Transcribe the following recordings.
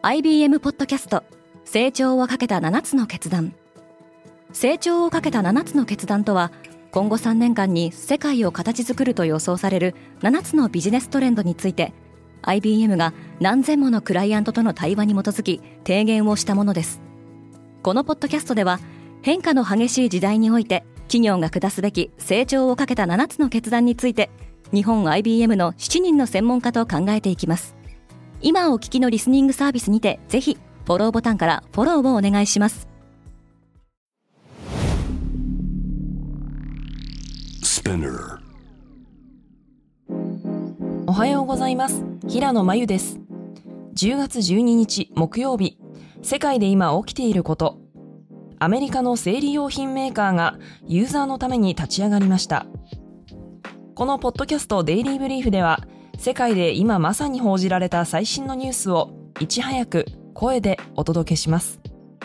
IBM ポッドキャスト成長をかけた7つの決断。成長をかけた7つの決断とは、今後3年間に世界を形作ると予想される7つのビジネストレンドについて IBM が何千ものクライアントとの対話に基づき提言をしたものです。このポッドキャストでは、変化の激しい時代において企業が下すべき成長をかけた7つの決断について、日本 IBM の7人の専門家と考えていきます。今お聞きのリスニングサービスにて、ぜひフォローボタンからフォローをお願いします。 おはようございます。平野真由です。10月12日木曜日、世界で今起きていること。アメリカの生理用品メーカーがユーザーのために立ち上がりました。このポッドキャストデイリーブリーフでは、世界で今まさに報じられた最新のニュースをいち早く声でお届けします。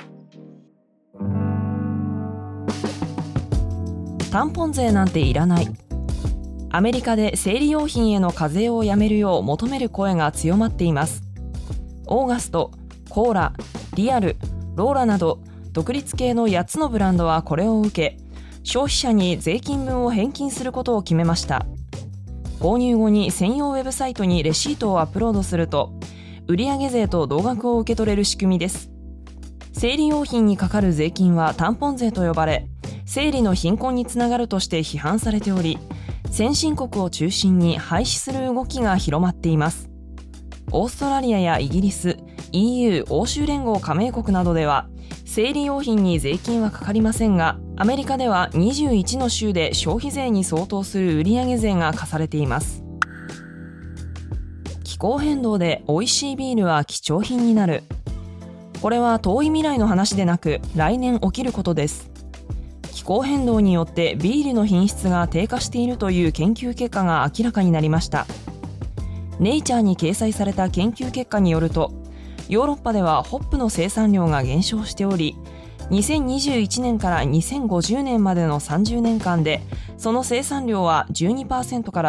タンポン税なんていらない。アメリカで生理用品への課税をやめるよう求める声が強まっています。オーガスト、コーラ、リアル、ローラなど独立系の8つのブランドはこれを受け、消費者に税金分を返金することを決めました。購入後に専用ウェブサイトにレシートをアップロードすると、売上税と同額を受け取れる仕組みです。生理用品にかかる税金はタンポン税と呼ばれ、生理の貧困につながるとして批判されており、先進国を中心に廃止する動きが広まっています。オーストラリアやイギリス、EU 欧州連合加盟国などでは、生理用品に税金はかかりませんが、アメリカでは21の州で消費税に相当する売上税が課されています。気候変動で美味しいビールは貴重品になる。これは遠い未来の話でなく、来年起きることです。気候変動によってビールの品質が低下しているという研究結果が明らかになりました。ネイチャーに掲載された研究結果によると、ヨーロッパではホップの生産量が減少しており、2021年から2050年までの30年間で、その生産量は 12% から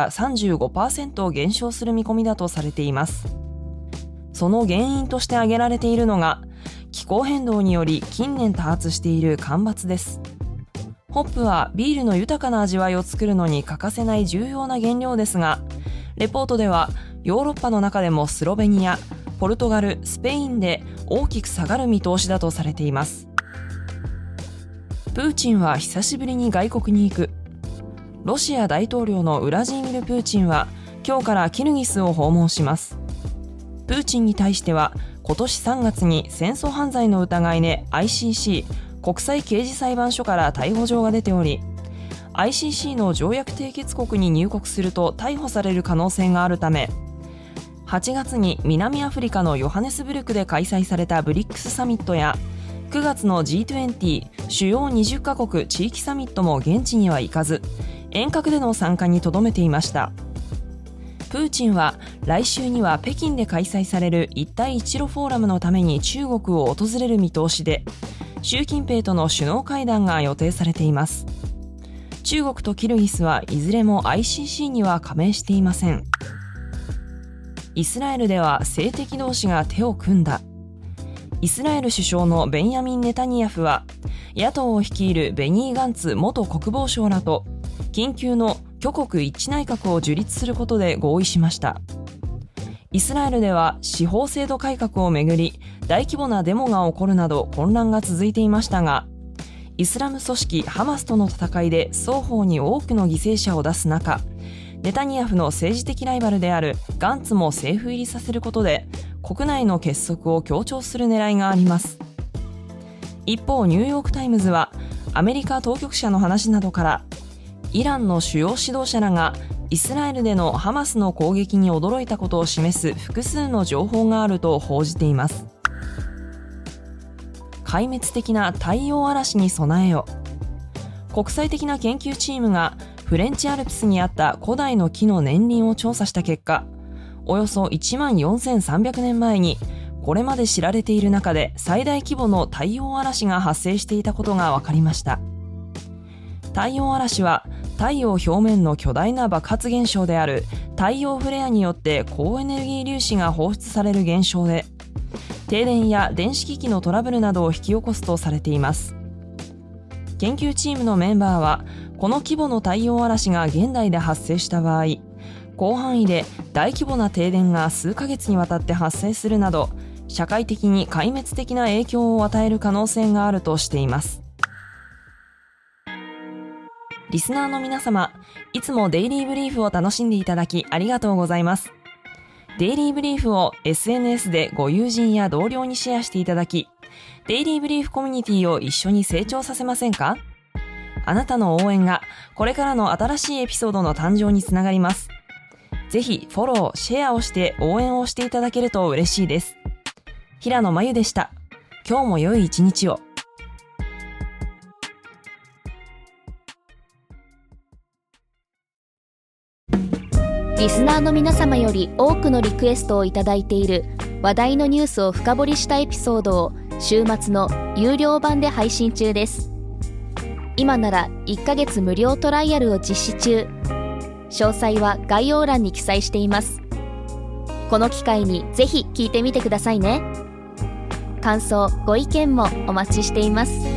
35% 減少する見込みだとされています。その原因として挙げられているのが、気候変動により近年多発している干ばつです。ホップはビールの豊かな味わいを作るのに欠かせない重要な原料ですが、レポートではヨーロッパの中でもスロベニア、ポルトガル、スペインで大きく下がる見通しだとされています。プーチンは久しぶりに外国に行く。ロシア大統領のウラジーミル・プーチンは今日からキルギスを訪問します。プーチンに対しては今年3月に戦争犯罪の疑いで ICC 国際刑事裁判所から逮捕状が出ており、 ICC の条約締結国に入国すると逮捕される可能性があるため、8月に南アフリカのヨハネスブルクで開催されたブリックスサミットや9月の G20 主要20カ国地域サミットも現地には行かず、遠隔での参加にとどめていました。プーチンは来週には北京で開催される一帯一路フォーラムのために中国を訪れる見通しで、習近平との首脳会談が予定されています。中国とキルギスはいずれも ICC には加盟していません。イスラエルでは政敵同士が手を組んだ。イスラエル首相のベンヤミン・ネタニヤフは、野党を率いるベニー・ガンツ元国防相らと緊急の挙国一致内閣を樹立することで合意しました。イスラエルでは司法制度改革をめぐり大規模なデモが起こるなど混乱が続いていましたが、イスラム組織ハマスとの戦いで双方に多くの犠牲者を出す中、ネタニヤフの政治的ライバルであるガンツも政府入りさせることで国内の結束を強調する狙いがあります。一方、ニューヨークタイムズはアメリカ当局者の話などから、イランの主要指導者らがイスラエルでのハマスの攻撃に驚いたことを示す複数の情報があると報じています。壊滅的な太陽嵐に備えよ。国際的な研究チームがフレンチアルプスにあった古代の木の年輪を調査した結果、およそ14,300年前にこれまで知られている中で最大規模の太陽嵐が発生していたことが分かりました。太陽嵐は太陽表面の巨大な爆発現象である太陽フレアによって高エネルギー粒子が放出される現象で、 停電や電子機器のトラブルなどを引き起こすとされています。研究チームのメンバーは、この規模の太陽嵐が現代で発生した場合、広範囲で大規模な停電が数ヶ月にわたって発生するなど、社会的に壊滅的な影響を与える可能性があるとしています。リスナーの皆様、いつもデイリーブリーフを楽しんでいただきありがとうございます。デイリーブリーフを SNS でご友人や同僚にシェアしていただき、デイリーブリーフコミュニティを一緒に成長させませんか？あなたの応援がこれからの新しいエピソードの誕生につながります。ぜひフォロー、シェアをして応援をしていただけると嬉しいです。平野真由でした。今日も良い一日を。 リスナーの皆様より多くのリクエストをいただいている話題のニュースを深掘りしたエピソードを週末の有料版で配信中です。今なら1ヶ月無料トライアルを実施中。詳細は概要欄に記載しています。この機会にぜひ聞いてみてくださいね。感想、ご意見もお待ちしています。